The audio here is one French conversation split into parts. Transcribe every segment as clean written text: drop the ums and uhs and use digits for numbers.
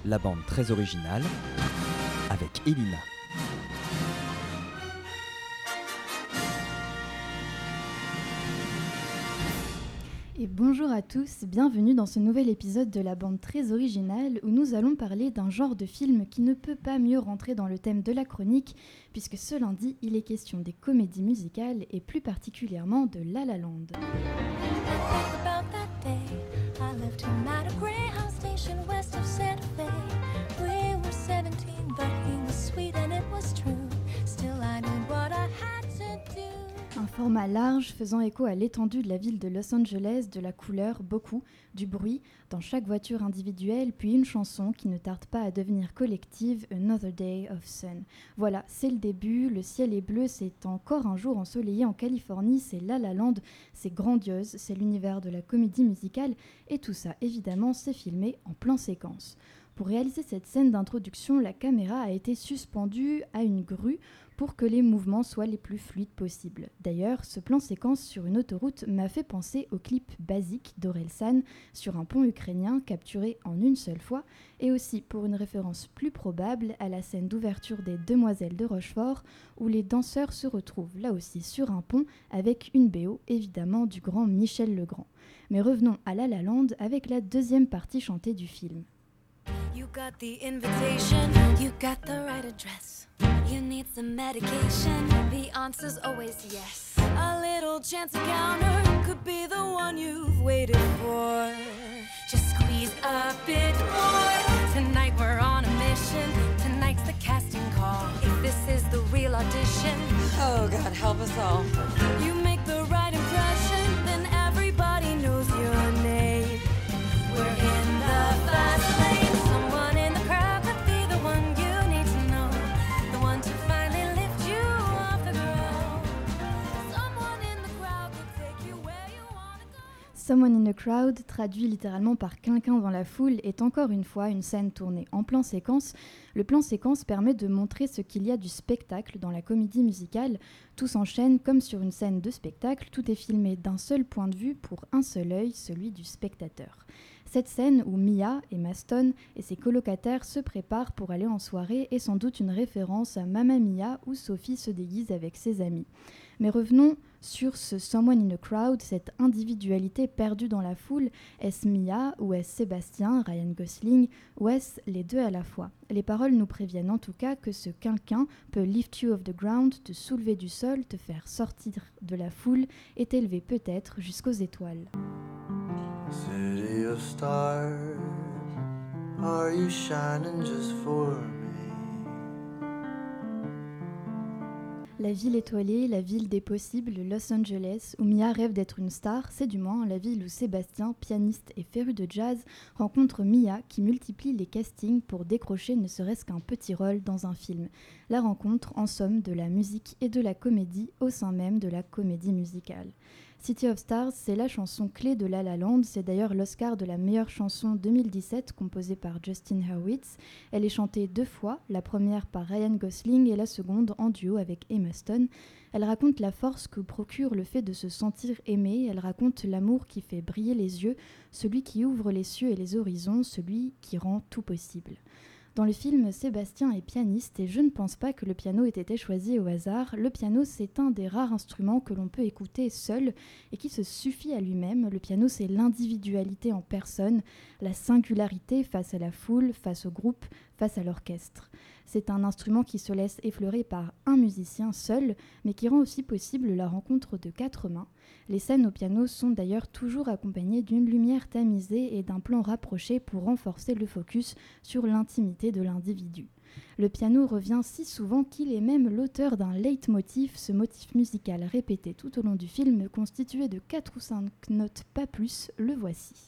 la bande très originale avec Elina. Et bonjour à tous, bienvenue dans ce nouvel épisode de la bande très originale où nous allons parler d'un genre de film qui ne peut pas mieux rentrer dans le thème de la chronique puisque ce lundi il est question des comédies musicales et plus particulièrement de La La Land. Un format large faisant écho à l'étendue de la ville de Los Angeles, de la couleur, beaucoup, du bruit, dans chaque voiture individuelle, puis une chanson qui ne tarde pas à devenir collective, Another Day of Sun. Voilà, c'est le début, le ciel est bleu, c'est encore un jour ensoleillé en Californie, c'est La La Land, c'est grandiose, c'est l'univers de la comédie musicale, et tout ça, évidemment, c'est filmé en plan séquence. Pour réaliser cette scène d'introduction, la caméra a été suspendue à une grue pour que les mouvements soient les plus fluides possibles. D'ailleurs, ce plan séquence sur une autoroute m'a fait penser au clip basique d'Orelsan sur un pont ukrainien capturé en une seule fois, et aussi pour une référence plus probable à la scène d'ouverture des Demoiselles de Rochefort, où les danseurs se retrouvent là aussi sur un pont avec une BO évidemment du grand Michel Legrand. Mais revenons à La La Land avec la deuxième partie chantée du film. You got the invitation, you got the right address. You need some medication, the answer's always yes. A little chance encounter could be the one you've waited for. Just squeeze a bit more. Tonight we're on a mission, tonight's the casting call. If this is the real audition, oh God help us all. You make the right impression, then everybody knows your name. We're in the fast lane. Someone in the Crowd, traduit littéralement par quelqu'un dans la foule, est encore une fois une scène tournée en plan séquence. Le plan séquence permet de montrer ce qu'il y a du spectacle dans la comédie musicale. Tout s'enchaîne comme sur une scène de spectacle, tout est filmé d'un seul point de vue pour un seul œil, celui du spectateur. Cette scène où Mia, Emma Stone et ses colocataires se préparent pour aller en soirée est sans doute une référence à Mamma Mia où Sophie se déguise avec ses amis. Mais revenons sur ce Someone in a Crowd, cette individualité perdue dans la foule. Est-ce Mia ou est-ce Sébastien, Ryan Gosling, ou est-ce les deux à la fois ? Les paroles nous préviennent en tout cas que ce quelqu'un peut lift you off the ground, te soulever du sol, te faire sortir de la foule et t'élever peut-être jusqu'aux étoiles. City of stars, are you shining just for me? La ville étoilée, la ville des possibles, Los Angeles, où Mia rêve d'être une star, c'est du moins la ville où Sébastien, pianiste et féru de jazz, rencontre Mia qui multiplie les castings pour décrocher ne serait-ce qu'un petit rôle dans un film. La rencontre, en somme, de la musique et de la comédie au sein même de la comédie musicale. City of Stars, c'est la chanson clé de La La Land, c'est d'ailleurs l'Oscar de la meilleure chanson 2017 composée par Justin Hurwitz. Elle est chantée 2 fois, la première par Ryan Gosling et la seconde en duo avec Emma Stone. Elle raconte la force que procure le fait de se sentir aimé, elle raconte l'amour qui fait briller les yeux, celui qui ouvre les cieux et les horizons, celui qui rend tout possible. Dans le film, Sébastien est pianiste et je ne pense pas que le piano ait été choisi au hasard. Le piano, c'est un des rares instruments que l'on peut écouter seul et qui se suffit à lui-même. Le piano, c'est l'individualité en personne, la singularité face à la foule, face au groupe, face à l'orchestre. C'est un instrument qui se laisse effleurer par un musicien seul, mais qui rend aussi possible la rencontre de 4 mains. Les scènes au piano sont d'ailleurs toujours accompagnées d'une lumière tamisée et d'un plan rapproché pour renforcer le focus sur l'intimité de l'individu. Le piano revient si souvent qu'il est même l'auteur d'un leitmotiv, ce motif musical répété tout au long du film, constitué de 4 ou 5 notes, pas plus, le voici.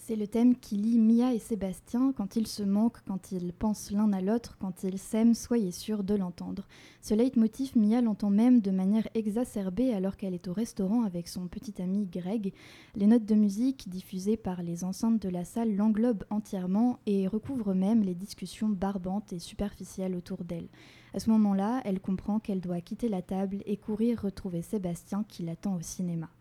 C'est le thème qui lie Mia et Sébastien quand ils se manquent, quand ils pensent l'un à l'autre, quand ils s'aiment, soyez sûrs de l'entendre. Ce leitmotiv, Mia l'entend même de manière exacerbée alors qu'elle est au restaurant avec son petit ami Greg. Les notes de musique diffusées par les enceintes de la salle l'englobent entièrement et recouvrent même les discussions barbantes et superficielles autour d'elle. À ce moment-là, elle comprend qu'elle doit quitter la table et courir retrouver Sébastien qui l'attend au cinéma.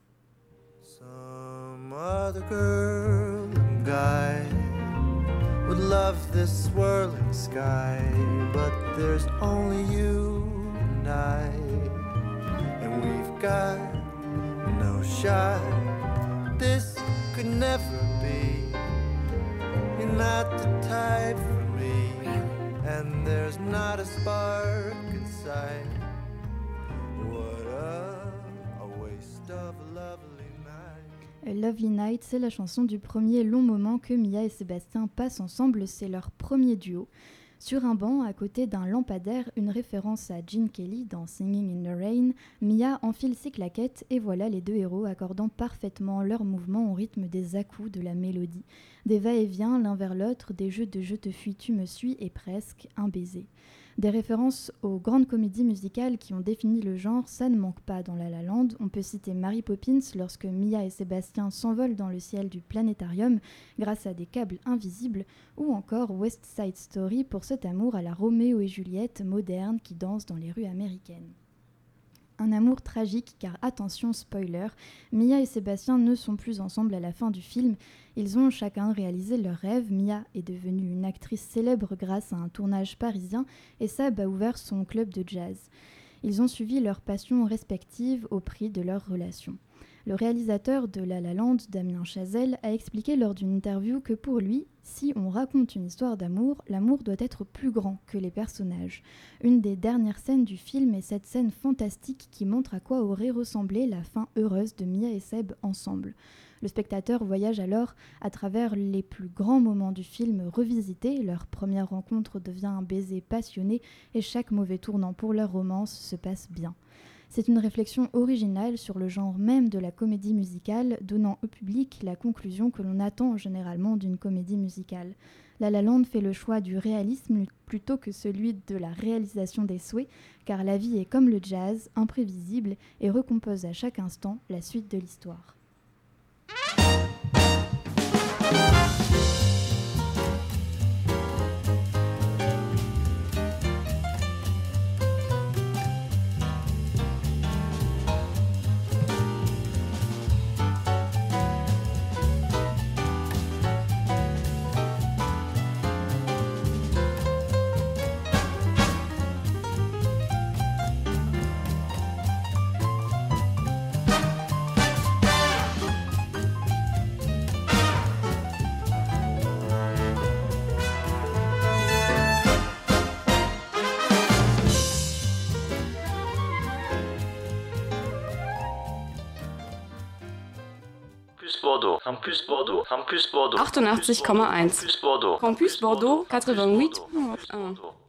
Some other girl and guy would love this swirling sky, but there's only you and I, and we've got no shot. This could never be. You're not the type for me, and there's not a spark inside. What a waste of a lovely night. A Lovely Night, c'est la chanson du premier long moment que Mia et Sébastien passent ensemble, c'est leur premier duo. Sur un banc, à côté d'un lampadaire, une référence à Gene Kelly dans Singing in the Rain, Mia enfile ses claquettes et voilà les deux héros accordant parfaitement leurs mouvements au rythme des à-coups de la mélodie. Des va-et-vient l'un vers l'autre, des jeux de je te fuis, tu me suis et presque un baiser. Des références aux grandes comédies musicales qui ont défini le genre, ça ne manque pas dans La La Land. On peut citer Mary Poppins lorsque Mia et Sébastien s'envolent dans le ciel du planétarium grâce à des câbles invisibles, ou encore West Side Story pour cet amour à la Roméo et Juliette moderne qui danse dans les rues américaines. Un amour tragique car attention spoiler, Mia et Sébastien ne sont plus ensemble à la fin du film. Ils ont chacun réalisé leur rêve. Mia est devenue une actrice célèbre grâce à un tournage parisien et Seb a ouvert son club de jazz. Ils ont suivi leurs passions respectives au prix de leur relation. Le réalisateur de La La Land, Damien Chazelle, a expliqué lors d'une interview que pour lui, si on raconte une histoire d'amour, l'amour doit être plus grand que les personnages. Une des dernières scènes du film est cette scène fantastique qui montre à quoi aurait ressemblé la fin heureuse de Mia et Seb ensemble. Le spectateur voyage alors à travers les plus grands moments du film revisités, leur première rencontre devient un baiser passionné et chaque mauvais tournant pour leur romance se passe bien. C'est une réflexion originale sur le genre même de la comédie musicale, donnant au public la conclusion que l'on attend généralement d'une comédie musicale. La La Land fait le choix du réalisme plutôt que celui de la réalisation des souhaits, car la vie est comme le jazz, imprévisible et recompose à chaque instant la suite de l'histoire. Campus Bordeaux, Campus Bordeaux, 88,1. Campus Bordeaux, Campus Bordeaux 88,1.